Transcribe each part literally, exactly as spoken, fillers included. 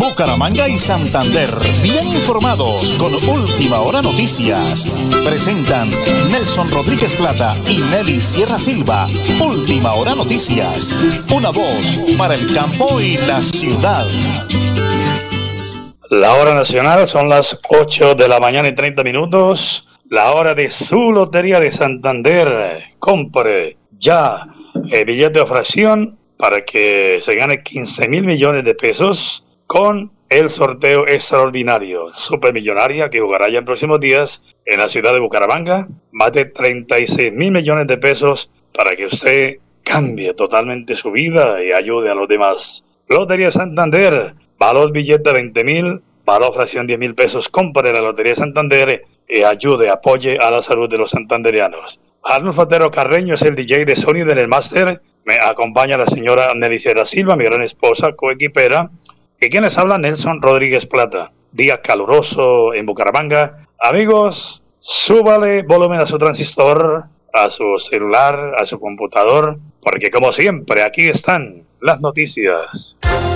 Bucaramanga y Santander, bien informados con Última Hora Noticias. Presentan Nelson Rodríguez Plata y Nelly Sierra Silva. Última Hora Noticias, una voz para el campo y la ciudad. La hora nacional son las ocho de la mañana y treinta minutos. La hora de su Lotería de Santander. Compre ya el billete de fracción para que se gane quince mil millones de pesos con el sorteo extraordinario Supermillonaria que jugará ya en próximos días en la ciudad de Bucaramanga. Más de treinta y seis mil millones de pesos para que usted cambie totalmente su vida y ayude a los demás. Lotería Santander, valor billete veinte mil, valor fracción diez mil pesos. Compre la Lotería Santander y ayude, apoye a la salud de los santanderianos. Arnold Fatero Carreño es el D J de Sonido en el máster. Me acompaña la señora Nelly Sierra Silva, mi gran esposa, coequipera. ¿Y quién les habla? Nelson Rodríguez Plata. Día caluroso en Bucaramanga. Amigos, súbale volumen a su transistor, a su celular, a su computador, porque como siempre, aquí están las noticias.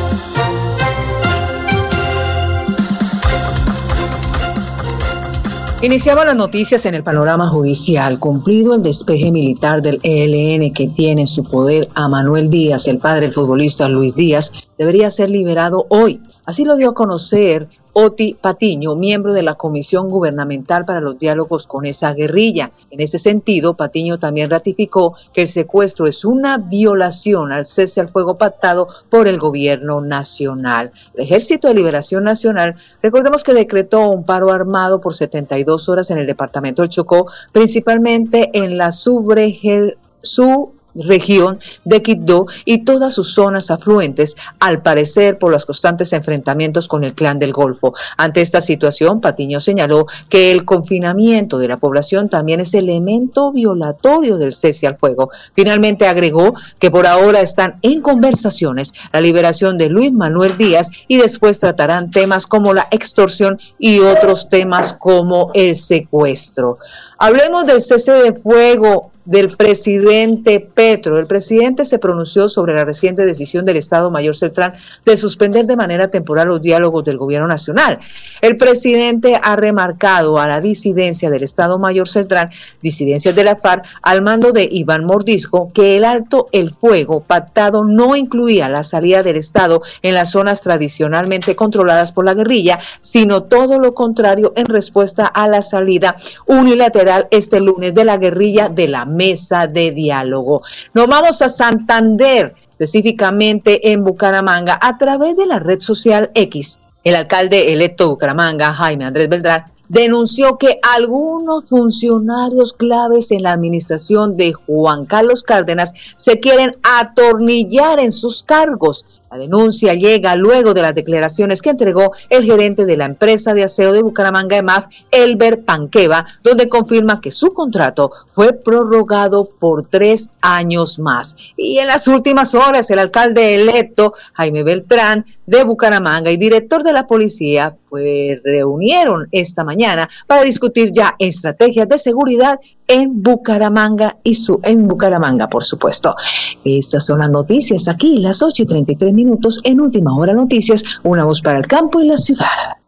Iniciamos las noticias en el panorama judicial. Cumplido el despeje militar del E L N que tiene en su poder a Manuel Díaz, el padre del futbolista Luis Díaz, debería ser liberado hoy. Así lo dio a conocer Oti Patiño, miembro de la Comisión Gubernamental para los Diálogos con esa guerrilla. En ese sentido, Patiño también ratificó que el secuestro es una violación al cese al fuego pactado por el gobierno nacional. El Ejército de Liberación Nacional, recordemos que decretó un paro armado por setenta y dos horas en el departamento del Chocó, principalmente en la subregión su región de Quibdó y todas sus zonas afluentes, al parecer por los constantes enfrentamientos con el Clan del Golfo. Ante esta situación, Patiño señaló que el confinamiento de la población también es elemento violatorio del cese al fuego. Finalmente agregó que por ahora están en conversaciones la liberación de Luis Manuel Díaz y después tratarán temas como la extorsión y otros temas como el secuestro. Hablemos del cese de fuego del presidente Petro. El presidente se pronunció sobre la reciente decisión del Estado Mayor Central de suspender de manera temporal los diálogos del gobierno nacional. El presidente ha remarcado a la disidencia del Estado Mayor Central, disidencias de la FARC, al mando de Iván Mordisco, que el alto el fuego pactado no incluía la salida del Estado en las zonas tradicionalmente controladas por la guerrilla, sino todo lo contrario en respuesta a la salida unilateral este lunes de la guerrilla de la mesa de diálogo. Nos vamos a Santander, específicamente en Bucaramanga, a través de la red social X. El alcalde electo de Bucaramanga, Jaime Andrés Beltrán, denunció que algunos funcionarios claves en la administración de Juan Carlos Cárdenas se quieren atornillar en sus cargos. La denuncia llega luego de las declaraciones que entregó el gerente de la empresa de aseo de Bucaramanga, E M A F, Elber Panqueva, donde confirma que su contrato fue prorrogado por tres años más. Y en las últimas horas, el alcalde electo, Jaime Beltrán, de Bucaramanga, y director de la policía, pues reunieron esta mañana para discutir ya estrategias de seguridad en Bucaramanga y su, en Bucaramanga, por supuesto. Estas son las noticias aquí, las ocho y treinta y tres minutos en Última Hora Noticias, una voz para el campo y la ciudad.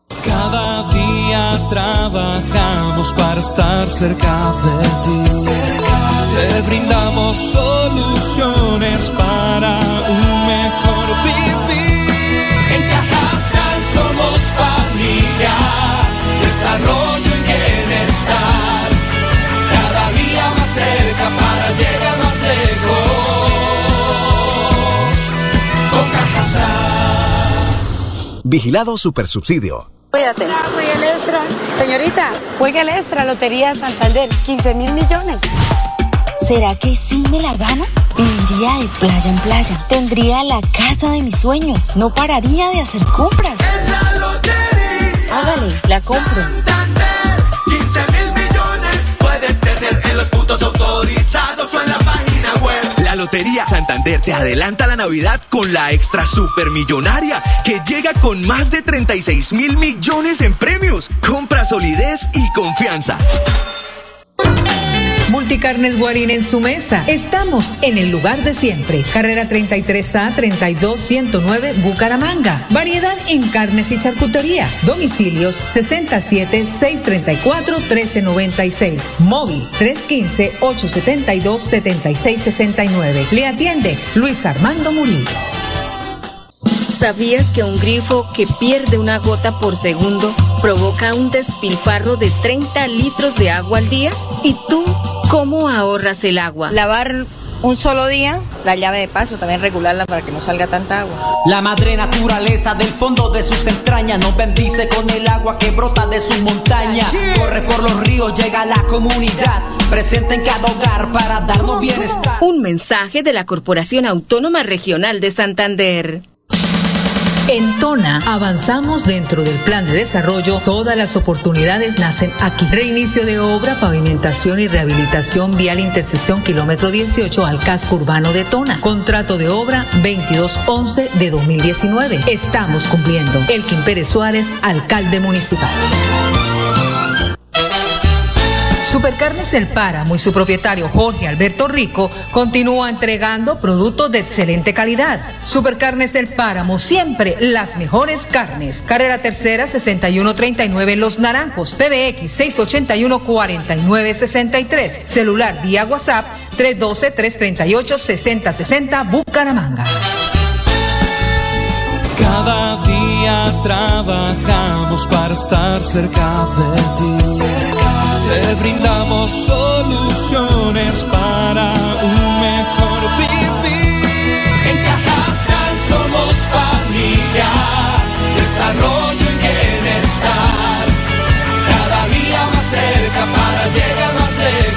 Cada día trabajamos para estar cerca de ti. Te brindamos soluciones para un mejor vivir. En Cajasal somos familia, desarrollo y bienestar. Cada día más cerca para llegar más lejos. Con Cajasal. Vigilado Supersubsidio. Cuídate. Juega el extra. Señorita, juega el extra, Lotería Santander, quince mil millones. ¿Será que sí me la gano? Viviría de playa en playa. Tendría la casa de mis sueños. No pararía de hacer compras. Es la lotería. Hágale, la compro. Santander, quince mil millones puedes tener en los puntos autorizados o en la página web. La Lotería Santander te adelanta la Navidad con la extra supermillonaria que llega con más de treinta y seis mil millones en premios. Compra, solidez y confianza. Multicarnes Guarín en su mesa. Estamos en el lugar de siempre. Carrera treinta y tres A treinta y dos ciento nueve, Bucaramanga. Variedad en carnes y charcutería. Domicilios sesenta y siete, seiscientos treinta y cuatro, trece noventa y seis. Móvil tres uno cinco, ocho siete dos, siete seis seis nueve. Le atiende Luis Armando Murillo. ¿Sabías que un grifo que pierde una gota por segundo provoca un despilfarro de treinta litros de agua al día? ¿Y tú cómo ahorras el agua? Lavar un solo día, la llave de paso, también regularla para que no salga tanta agua. La madre naturaleza del fondo de sus entrañas nos bendice con el agua que brota de sus montañas. Corre por los ríos, llega a la comunidad, presente en cada hogar para darnos bienestar. Un mensaje de la Corporación Autónoma Regional de Santander. En Tona avanzamos dentro del plan de desarrollo. Todas las oportunidades nacen aquí. Reinicio de obra, pavimentación y rehabilitación vial intersección kilómetro dieciocho al casco urbano de Tona. Contrato de obra veintidós once de dos mil diecinueve. Estamos cumpliendo. Elkin Pérez Suárez, alcalde municipal. Supercarnes El Páramo y su propietario Jorge Alberto Rico continúa entregando productos de excelente calidad. Supercarnes El Páramo, siempre las mejores carnes. Carrera Tercera sesenta y uno treinta y nueve Los Naranjos, P B X seis ochenta y uno cuarenta y nueve sesenta y tres. Celular vía WhatsApp tres uno dos, tres tres ocho, seis cero seis cero Bucaramanga. Cada día trabajamos para estar cerca de ti. Te brindamos soluciones para un mejor vivir. En Cajasal somos familia, desarrollo y bienestar. Cada día más cerca para llegar más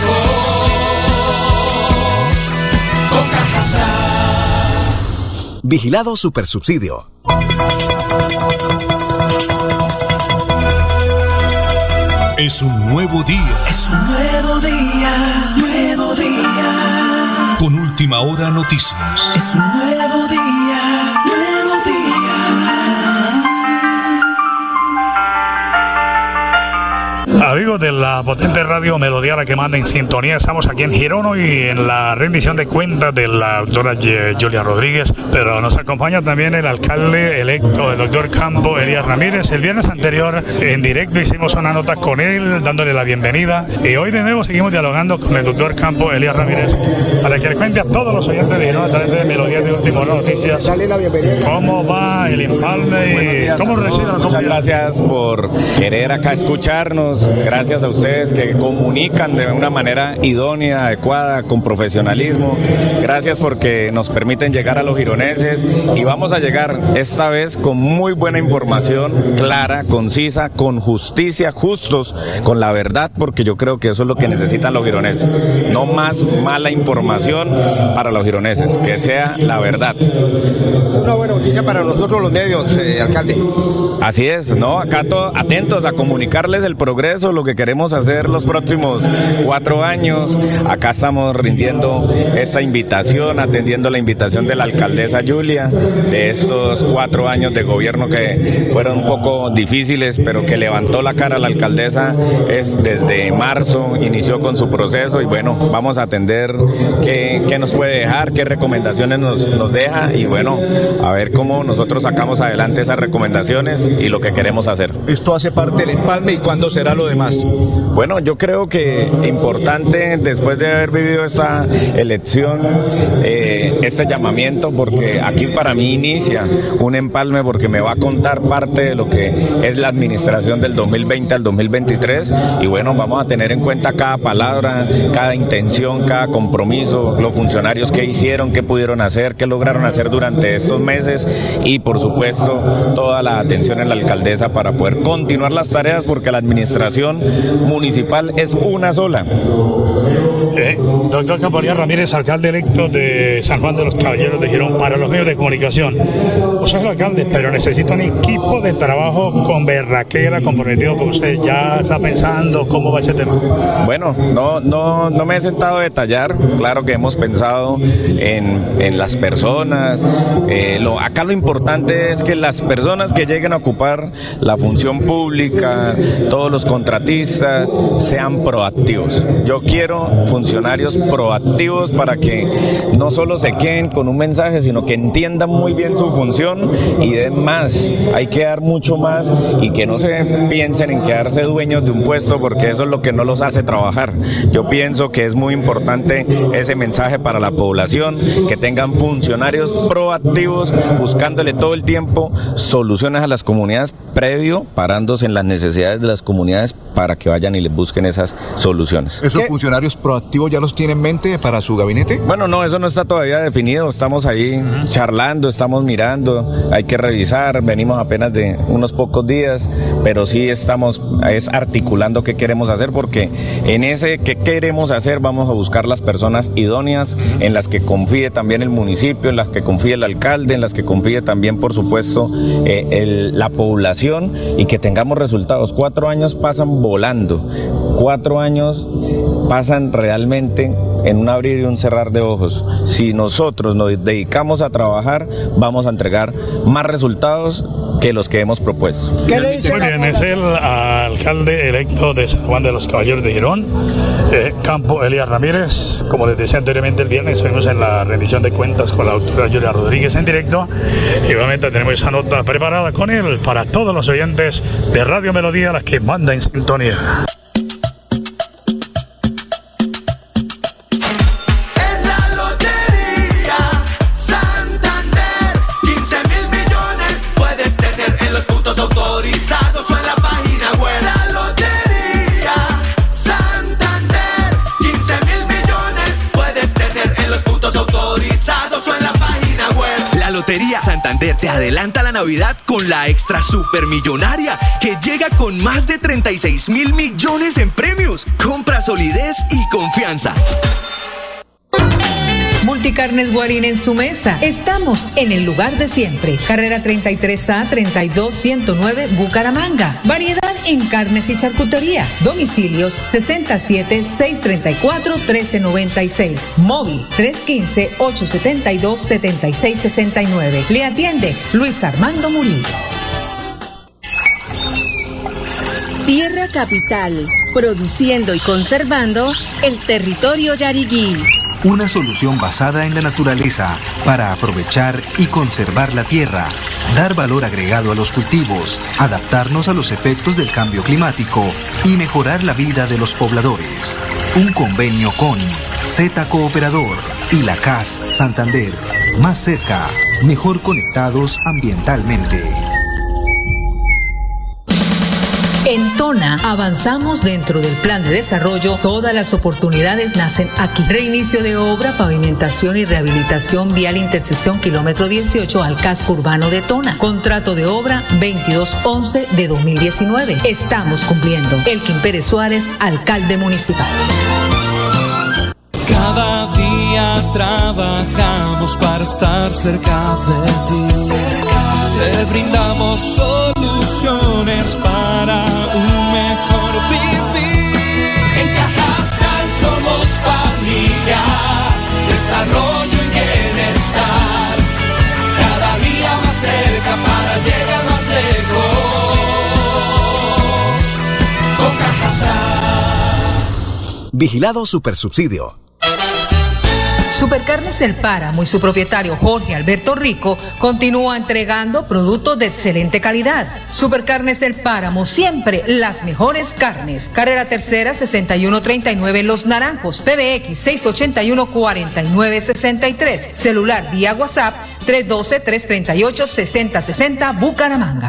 lejos. Con Cajasal. Vigilado Supersubsidio. Es un nuevo día. Es un nuevo día, nuevo día. Con Última Hora Noticias. Es un nuevo día, nuevo día. Amigos de la potente radio Melodía, la que manda en sintonía, estamos aquí en Girón hoy en la rendición de cuentas de la doctora Julia Rodríguez, pero nos acompaña también el alcalde electo, el doctor Campo Elías Ramírez. El viernes anterior en directo hicimos una nota con él dándole la bienvenida y hoy de nuevo seguimos dialogando con el doctor Campo Elías Ramírez para que le cuente a todos los oyentes de Girón a través de Melodía de Última Hora Noticias cómo va el empalme y cómo recibe la comunidad. Muchas gracias por querer acá escucharnos. Gracias a ustedes que comunican de una manera idónea, adecuada, con profesionalismo. Gracias porque nos permiten llegar a los gironeses y vamos a llegar esta vez con muy buena información, clara, concisa, con justicia, justos, con la verdad, porque yo creo que eso es lo que necesitan los gironeses. No más mala información para los gironeses, que sea la verdad. Es una buena noticia para nosotros los medios, eh, alcalde. Así es, ¿no? Acá to- atentos a comunicarles el progreso, lo que queremos hacer los próximos cuatro años. Acá estamos rindiendo esta invitación, atendiendo la invitación de la alcaldesa Julia, de estos cuatro años de gobierno que fueron un poco difíciles, pero que levantó la cara a la alcaldesa. Es desde marzo, inició con su proceso y bueno, vamos a atender qué, qué nos puede dejar, qué recomendaciones nos, nos deja y bueno, a ver cómo nosotros sacamos adelante esas recomendaciones y lo que queremos hacer. Esto hace parte del empalme y ¿cuándo será lo demás? Bueno, yo creo que importante después de haber vivido esta elección, eh, este llamamiento, porque aquí para mí inicia un empalme porque me va a contar parte de lo que es la administración del dos mil veinte al dos mil veintitrés y bueno, vamos a tener en cuenta cada palabra, cada intención, cada compromiso, los funcionarios que hicieron, qué pudieron hacer, qué lograron hacer durante estos meses y por supuesto toda la atención en la alcaldesa para poder continuar las tareas porque la administración municipal es una sola. Eh, doctor Campo Elías Ramírez, alcalde electo de San Juan Juan de los Caballeros de Girón para los medios de comunicación. Usted es el alcalde, pero necesita un equipo de trabajo con berraquera, comprometido con usted. ¿Ya está pensando cómo va ese tema? Bueno, no, no, no me he sentado a detallar. Claro que hemos pensado en, en las personas. Eh, lo, acá lo importante es que las personas que lleguen a ocupar la función pública, todos los contratistas, sean proactivos. Yo quiero funcionarios proactivos para que no solo se queden con un mensaje, sino que entiendan muy bien su función y den más. Hay que dar mucho más y que no se piensen en quedarse dueños de un puesto, porque eso es lo que no los hace trabajar. Yo pienso que es muy importante ese mensaje para la población, que tengan funcionarios proactivos buscándole todo el tiempo soluciones a las comunidades, previo parándose en las necesidades de las comunidades para que vayan y les busquen esas soluciones. ¿Esos ¿Qué? funcionarios proactivos ya los tiene en mente para su gabinete? Bueno, no, eso no está todavía definido, estamos ahí uh-huh. charlando, estamos mirando, hay que revisar, venimos apenas de unos pocos días, pero sí estamos es articulando qué queremos hacer, porque en ese qué queremos hacer vamos a buscar las personas idóneas, en las que confíe también el municipio, en las que confíe el alcalde, en las que confíe también, por supuesto, eh, el, la población, y que tengamos resultados. Cuatro años pasan volando, cuatro años pasan realmente en un abrir y un cerrar de ojos. Si nosotros nos dedicamos a trabajar, vamos a entregar más resultados que los que hemos propuesto. ¿Qué le dice? Muy bien, es el alcalde electo de San Juan de los Caballeros de Girón, eh, Campo Elías Ramírez. Como les decía anteriormente, el viernes estuvimos en la rendición de cuentas con la doctora Julia Rodríguez en directo. Igualmente tenemos esa nota preparada con él para todos los oyentes de Radio Melodía, las que manda en sintonía. Autorizados o en la página web. La Lotería Santander, quince mil millones puedes tener en los puntos autorizados o en la página web. La Lotería Santander te adelanta la Navidad con la extra supermillonaria, que llega con más de treinta y seis mil millones en premios. Compra solidez y confianza. Multicarnes Guarín en su mesa. Estamos en el lugar de siempre. Carrera treinta y tres A treinta y dos ciento nueve, Bucaramanga. Variedad en carnes y charcutería. Domicilios sesenta y siete, seiscientos treinta y cuatro, trece noventa y seis. Móvil tres uno cinco, ocho siete dos, siete seis seis nueve. Le atiende Luis Armando Murillo. Tierra Capital, produciendo y conservando el territorio yariguí. Una solución basada en la naturaleza para aprovechar y conservar la tierra, dar valor agregado a los cultivos, adaptarnos a los efectos del cambio climático y mejorar la vida de los pobladores. Un convenio con Z Cooperador y la C A S Santander. Más cerca, mejor conectados ambientalmente. En Tona avanzamos dentro del plan de desarrollo. Todas las oportunidades nacen aquí. Reinicio de obra, pavimentación y rehabilitación vial intersección kilómetro dieciocho al casco urbano de Tona. Contrato de obra veintidós once de dos mil diecinueve. Estamos cumpliendo. Elkin Pérez Suárez, alcalde municipal. Cada día trabajamos para estar cerca de ti. Cerca de Te brindamos soluciones para un mejor vivir. En Cajasal somos familia, desarrollo y bienestar. Cada día más cerca para llegar más lejos. Con Cajasal. Vigilado Supersubsidio. Supercarnes El Páramo y su propietario Jorge Alberto Rico continúa entregando productos de excelente calidad. Supercarnes El Páramo, siempre las mejores carnes. Carrera Tercera sesenta y uno treinta y nueve Los Naranjos, P B X seis ochenta y uno cuarenta y nueve sesenta y tres. Celular vía WhatsApp tres uno dos, tres tres ocho, seis cero seis cero Bucaramanga.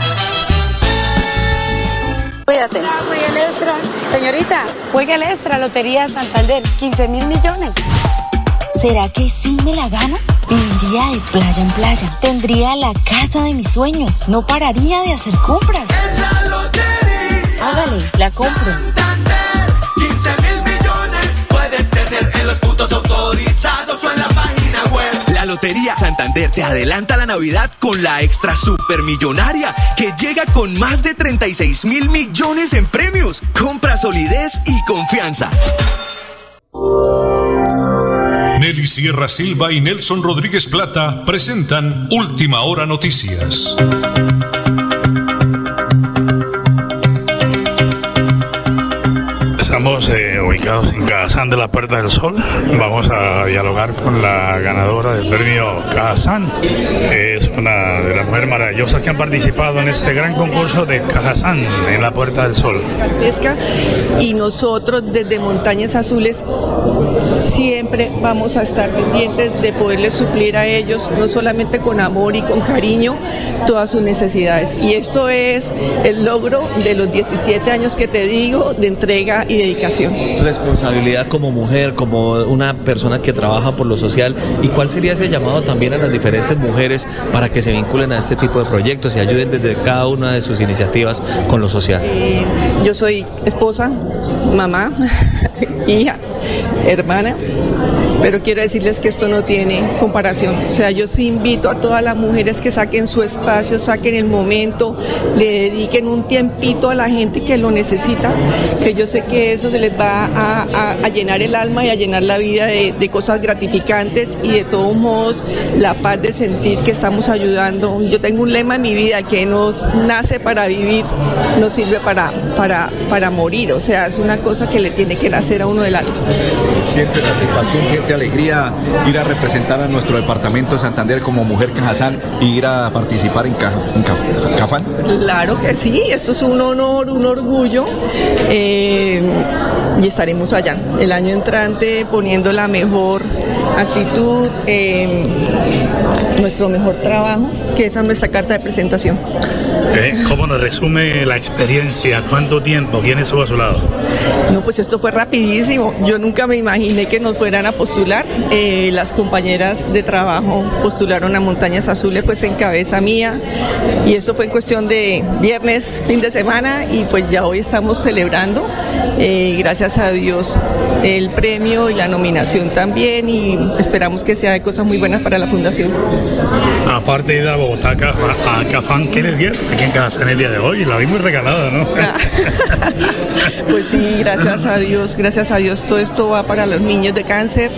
Cuídate. Juega el extra. Señorita, juega el extra, Lotería Santander, quince mil millones. ¿Será que sí me la gano? Viviría de playa en playa. Tendría la casa de mis sueños. No pararía de hacer compras. Es la lotería. Hágale, la compro. Santander, quince mil millones puedes tener en los puntos autorizados o en la página web. La Lotería Santander te adelanta la Navidad con la Extra Supermillonaria, que llega con más de treinta y seis mil millones en premios. Compra solidez y confianza. Nelly Sierra Silva y Nelson Rodríguez Plata presentan Última Hora Noticias. Estamos eh, ubicados en Cajazán de la Puerta del Sol. Vamos a dialogar con la ganadora del premio Cajazán. Es una de las mujeres maravillosas que han participado en este gran concurso de Cajazán en la Puerta del Sol. Y nosotros desde Montañas Azules siempre vamos a estar pendientes de poderles suplir a ellos, no solamente con amor y con cariño, todas sus necesidades. Y esto es el logro de los diecisiete años que te digo de entrega y dedicación. Responsabilidad como mujer, como una persona que trabaja por lo social, ¿y cuál sería ese llamado también a las diferentes mujeres para que se vinculen a este tipo de proyectos y ayuden desde cada una de sus iniciativas con lo social? Eh, yo soy esposa, mamá, hija, hermana, pero quiero decirles que esto no tiene comparación. O sea, yo sí invito a todas las mujeres que saquen su espacio, saquen el momento, le dediquen un tiempito a la gente que lo necesita, que yo sé que eso se les va a, a, a llenar el alma y a llenar la vida de, de cosas gratificantes, y de todos modos la paz de sentir que estamos ayudando. Yo tengo un lema en mi vida: que nos nace para vivir, nos sirve para, para, para morir. O sea, es una cosa que le tiene que nacer a uno del alto. ¿Siente satisfacción, siente alegría ir a representar a nuestro departamento de Santander como mujer Cajazán y ir a participar en, Ca, en Ca, Cafán? Claro que sí, esto es un honor, un orgullo, eh, y estaremos allá el año entrante poniendo la mejor actitud, eh, nuestro mejor trabajo, que esa es nuestra carta de presentación. ¿Eh? ¿Cómo nos resume la experiencia? ¿Cuánto tiempo? ¿Quién estuvo a su lado? No, pues esto fue rapidísimo. Yo nunca me imaginé que nos fueran a postular. Eh, las compañeras de trabajo postularon a Montañas Azules, pues en cabeza mía, y esto fue en cuestión de viernes, fin de semana, y pues ya hoy estamos celebrando, eh, gracias a Dios, el premio y la nominación también, y esperamos que sea de cosas muy buenas para la fundación. Aparte de ir a Bogotá a Cafán, ¿qué les dieron aquí en Cajazán el día de hoy? La vi muy regalada, ¿no? Pues sí, gracias a Dios, gracias a Dios, todo esto va para los niños de cáncer,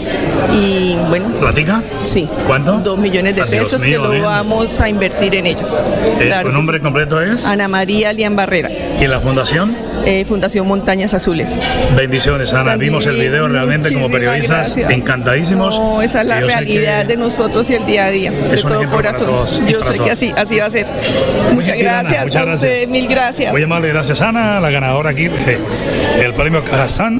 y bueno. ¿Platica? Sí. ¿Cuánto? Dos millones de Dios pesos mío, que lo bien. vamos a invertir en ellos. Eh, Claro ¿Tu que nombre sí. completo es? Ana María Lian Barrera. ¿Y la fundación? Eh, Fundación Montañas Azules. Bendiciones, Ana. También, vimos el video realmente como muchísimas periodistas gracias. encantadísimos. No, esa es la Yo sé realidad de nosotros y el día a día, de Es un todo ejemplo para corazón. todos y Yo para sé todas. que así, así va a ser. Muy Muchas bien, Ana, gracias, muchas a gracias. usted, mil gracias. Muy amable, gracias, Ana, la ganadora aquí del premio Cajazán.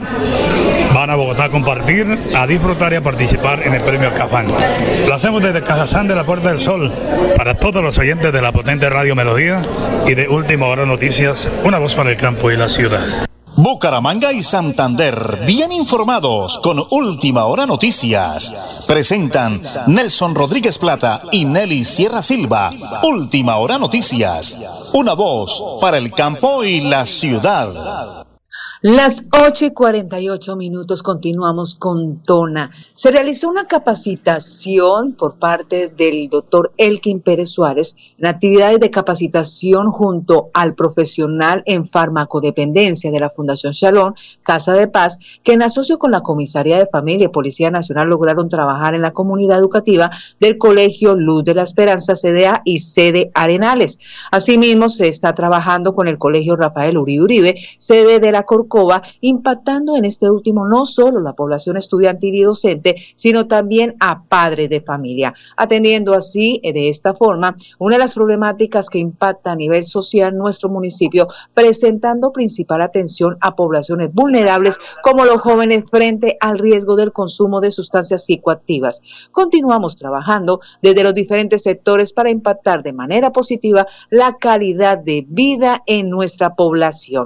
Van a Bogotá a compartir, a disfrutar y a participar en el premio Cafán. Lo hacemos desde Cajazán de la Puerta del Sol para todos los oyentes de la potente Radio Melodía y de Última Hora Noticias, una voz para el campo y la ciudad. Bucaramanga y Santander, bien informados con Última Hora Noticias. Presentan Nelson Rodríguez Plata y Nelly Sierra Silva. Última Hora Noticias, una voz para el campo y la ciudad. Las ocho y cuarenta y ocho minutos, continuamos con Tona. Se realizó una capacitación por parte del doctor Elkin Pérez Suárez en actividades de capacitación junto al profesional en farmacodependencia de la Fundación Shalom, Casa de Paz, que en asocio con la Comisaría de Familia y Policía Nacional lograron trabajar en la comunidad educativa del Colegio Luz de la Esperanza, C D A y Sede Arenales. Asimismo, se está trabajando con el Colegio Rafael Uribe Uribe, sede de la Corcova, impactando en este último no solo la población estudiantil y docente, sino también a padres de familia, atendiendo así de esta forma una de las problemáticas que impacta a nivel social nuestro municipio, presentando principal atención a poblaciones vulnerables como los jóvenes frente al riesgo del consumo de sustancias psicoactivas. Continuamos trabajando desde los diferentes sectores para impactar de manera positiva la calidad de vida en nuestra población.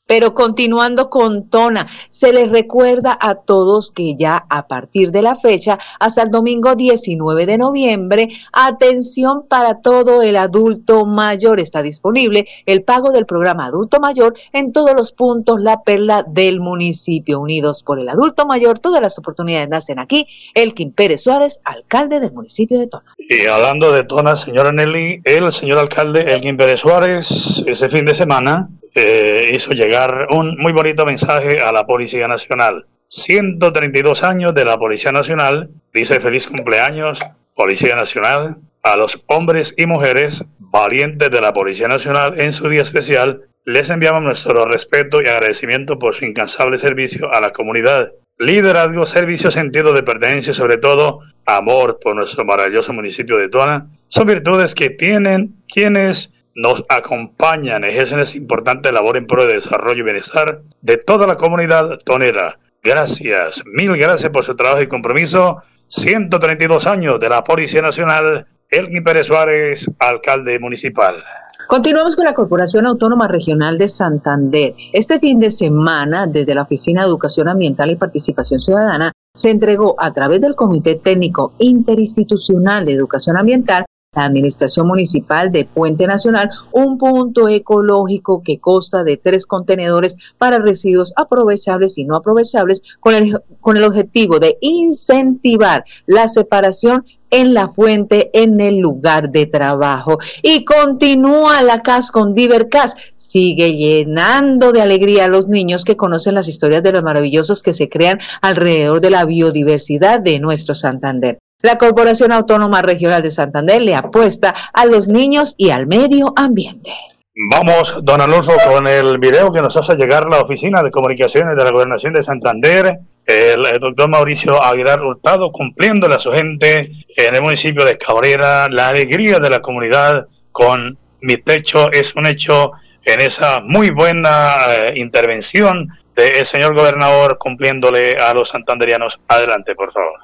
Pero continuando con Tona, se les recuerda a todos que ya a partir de la fecha hasta el domingo diecinueve de noviembre, atención para todo el adulto mayor. Está disponible el pago del programa adulto mayor en todos los puntos La Perla del municipio. Unidos por el adulto mayor, todas las oportunidades nacen aquí. Elkin Pérez Suárez, alcalde del municipio de Tona. Y hablando de Tona, señora Nelly, el señor alcalde Elkin Pérez Suárez ese fin de semana Eh, hizo llegar un muy bonito mensaje a la Policía Nacional. ciento treinta y dos años de la Policía Nacional, dice feliz cumpleaños, Policía Nacional, a los hombres y mujeres valientes de la Policía Nacional en su día especial. Les enviamos nuestro respeto y agradecimiento por su incansable servicio a la comunidad. Liderazgo, servicio, sentido de pertenencia y sobre todo amor por nuestro maravilloso municipio de Tona son virtudes que tienen quienes nos acompañan, ejercen esa importante labor en pro de desarrollo y bienestar de toda la comunidad tonera. Gracias, mil gracias por su trabajo y compromiso. ciento treinta y dos años de la Policía Nacional, Elkin Pérez Suárez, alcalde municipal. Continuamos con la Corporación Autónoma Regional de Santander. Este fin de semana, desde la Oficina de Educación Ambiental y Participación Ciudadana, se entregó a través del Comité Técnico Interinstitucional de Educación Ambiental la Administración Municipal de Puente Nacional, un punto ecológico que consta de tres contenedores para residuos aprovechables y no aprovechables con el, con el objetivo de incentivar la separación en la fuente en el lugar de trabajo. Y continúa la C A S con Divercas, sigue llenando de alegría a los niños que conocen las historias de los maravillosos que se crean alrededor de la biodiversidad de nuestro Santander. La Corporación Autónoma Regional de Santander le apuesta a los niños y al medio ambiente. Vamos, don Alonso, con el video que nos hace llegar la Oficina de Comunicaciones de la Gobernación de Santander, el, el doctor Mauricio Aguilar Hurtado, cumpliéndole a su gente en el municipio de Cabrera, la alegría de la comunidad con Mi Techo es un Hecho, en esa muy buena eh, intervención del señor gobernador cumpliéndole a los santanderianos. Adelante, por favor.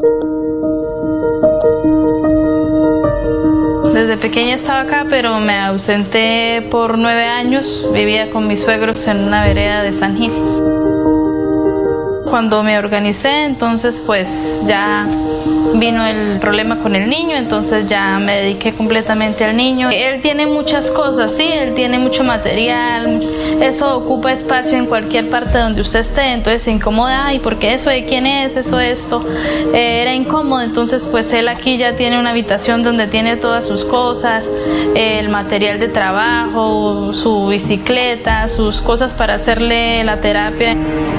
Desde pequeña estaba acá, pero me ausenté por nueve años. Vivía con mis suegros en una vereda de San Gil. Cuando me organicé, entonces pues ya vino el problema con el niño, entonces ya me dediqué completamente al niño. Él tiene muchas cosas, sí, él tiene mucho material, eso ocupa espacio en cualquier parte donde usted esté, entonces se incomoda, ay, porque eso de quién es, eso, esto, eh, era incómodo, entonces pues él aquí ya tiene una habitación donde tiene todas sus cosas, eh, el material de trabajo, su bicicleta, sus cosas para hacerle la terapia.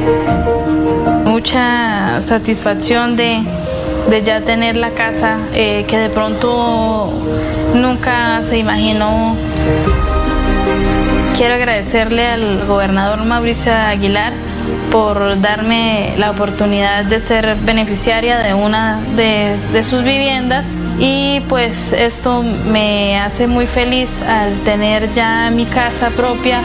Mucha satisfacción de, de ya tener la casa eh, que de pronto nunca se imaginó. Quiero agradecerle al gobernador Mauricio Aguilar por darme la oportunidad de ser beneficiaria de una de, de sus viviendas y pues esto me hace muy feliz al tener ya mi casa propia.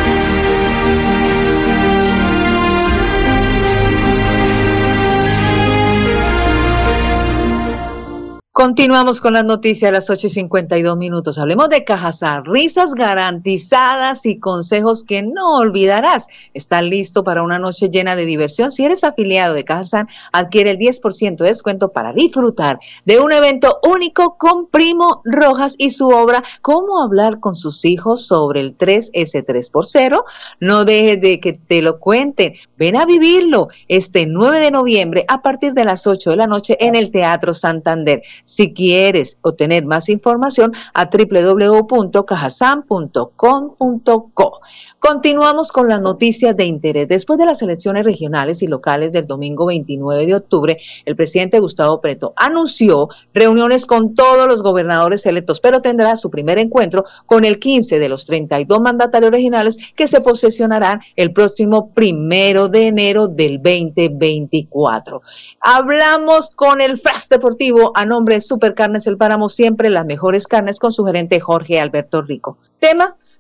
Continuamos con las noticias a las ocho y cincuenta y dos minutos. Hablemos de Cajazán, risas garantizadas y consejos que no olvidarás. ¿Estás listo para una noche llena de diversión? Si eres afiliado de Cajazán, adquiere el diez por ciento de descuento para disfrutar de un evento único con Primo Rojas y su obra Cómo hablar con sus hijos sobre el tres ese tres por cero. No dejes de que te lo cuenten. Ven a vivirlo este nueve de noviembre a partir de las ocho de la noche en el Teatro Santander. Si quieres obtener más información, a doble u doble u doble u punto cajazán punto com punto co. Continuamos con las noticias de interés. Después de las elecciones regionales y locales del domingo veintinueve de octubre, el presidente Gustavo Petro anunció reuniones con todos los gobernadores electos, pero tendrá su primer encuentro con el quince de los treinta y dos mandatarios regionales que se posesionarán el próximo primero de enero del veinte veinticuatro. Hablamos con el Flash Deportivo a nombre de Supercarnes El Páramo, siempre las mejores carnes, con su gerente Jorge Alberto Rico. Tema: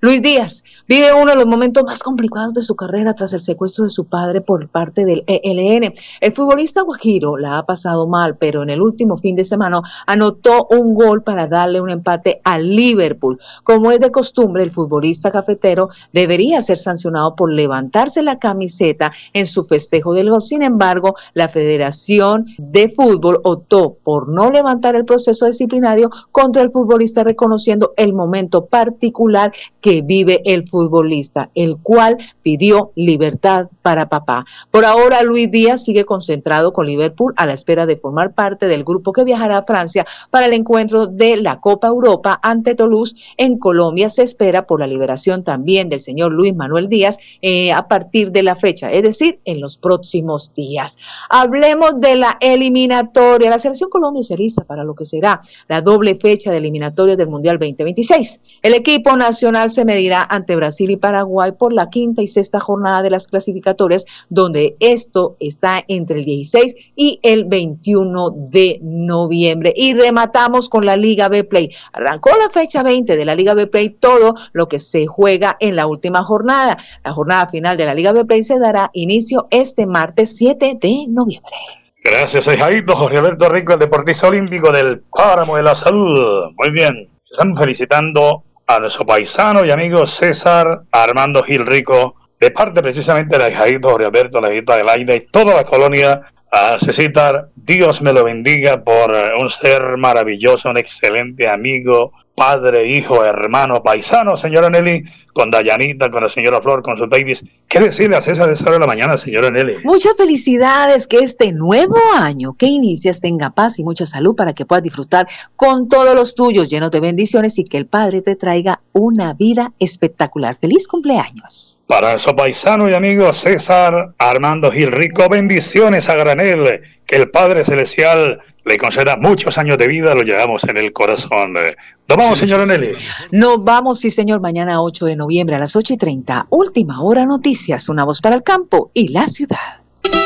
Luis Díaz vive uno de los momentos más complicados de su carrera tras el secuestro de su padre por parte del E L N. El futbolista guajiro la ha pasado mal, pero en el último fin de semana anotó un gol para darle un empate al Liverpool. Como es de costumbre, el futbolista cafetero debería ser sancionado por levantarse la camiseta en su festejo del gol. Sin embargo, la Federación de Fútbol optó por no levantar el proceso disciplinario contra el futbolista, reconociendo el momento particular que vive el futbolista, el cual pidió libertad para papá. Por ahora, Luis Díaz sigue concentrado con Liverpool a la espera de formar parte del grupo que viajará a Francia para el encuentro de la Copa Europa ante Toulouse. En Colombia se espera por la liberación también del señor Luis Manuel Díaz eh, a partir de la fecha, es decir, en los próximos días. Hablemos de la eliminatoria. La selección Colombia se alista para lo que será la doble fecha de eliminatorias del Mundial veinte veintiséis. El equipo nacional se medirá ante Brasil y Paraguay por la quinta y sexta jornada de las clasificatorias, donde esto está entre el dieciséis y el veintiuno de noviembre. Y rematamos con la Liga Betplay. Arrancó la fecha veinte de la Liga Betplay, todo lo que se juega en la última jornada. La jornada final de la Liga Betplay se dará inicio este martes siete de noviembre. Gracias, Jaito. Jorge Alberto Rico, el deportista olímpico del Páramo de la Salud. Muy bien, estamos felicitando a nuestro paisano y amigo César Armando Gil Rico, de parte precisamente de Jaito, Jorge Alberto, la Jaita del Aire y toda la colonia. A César, Dios me lo bendiga por un ser maravilloso, un excelente amigo, padre, hijo, hermano, paisano, señora Nelly, con Dayanita, con la señora Flor, con su Davis. ¿Qué decirle a César de esta hora de la mañana, señora Nelly? Muchas felicidades, que este nuevo año que inicias tenga paz y mucha salud para que puedas disfrutar con todos los tuyos, llenos de bendiciones, y que el Padre te traiga una vida espectacular. ¡Feliz cumpleaños! Para su paisano y amigo César Armando Gil Rico, bendiciones a granel, que el Padre Celestial le conceda muchos años de vida, lo llevamos en el corazón. ¿Nos vamos, sí, señora Nelly? Nos vamos, sí señor, mañana ocho de noviembre a las ocho y treinta, Última Hora Noticias, una voz para el campo y la ciudad.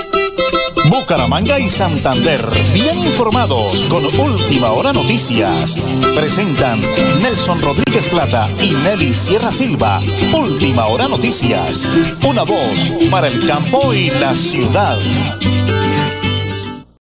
Bucaramanga y Santander, bien informados con Última Hora Noticias. Presentan Nelson Rodríguez Plata y Nelly Sierra Silva. Última Hora Noticias, una voz para el campo y la ciudad.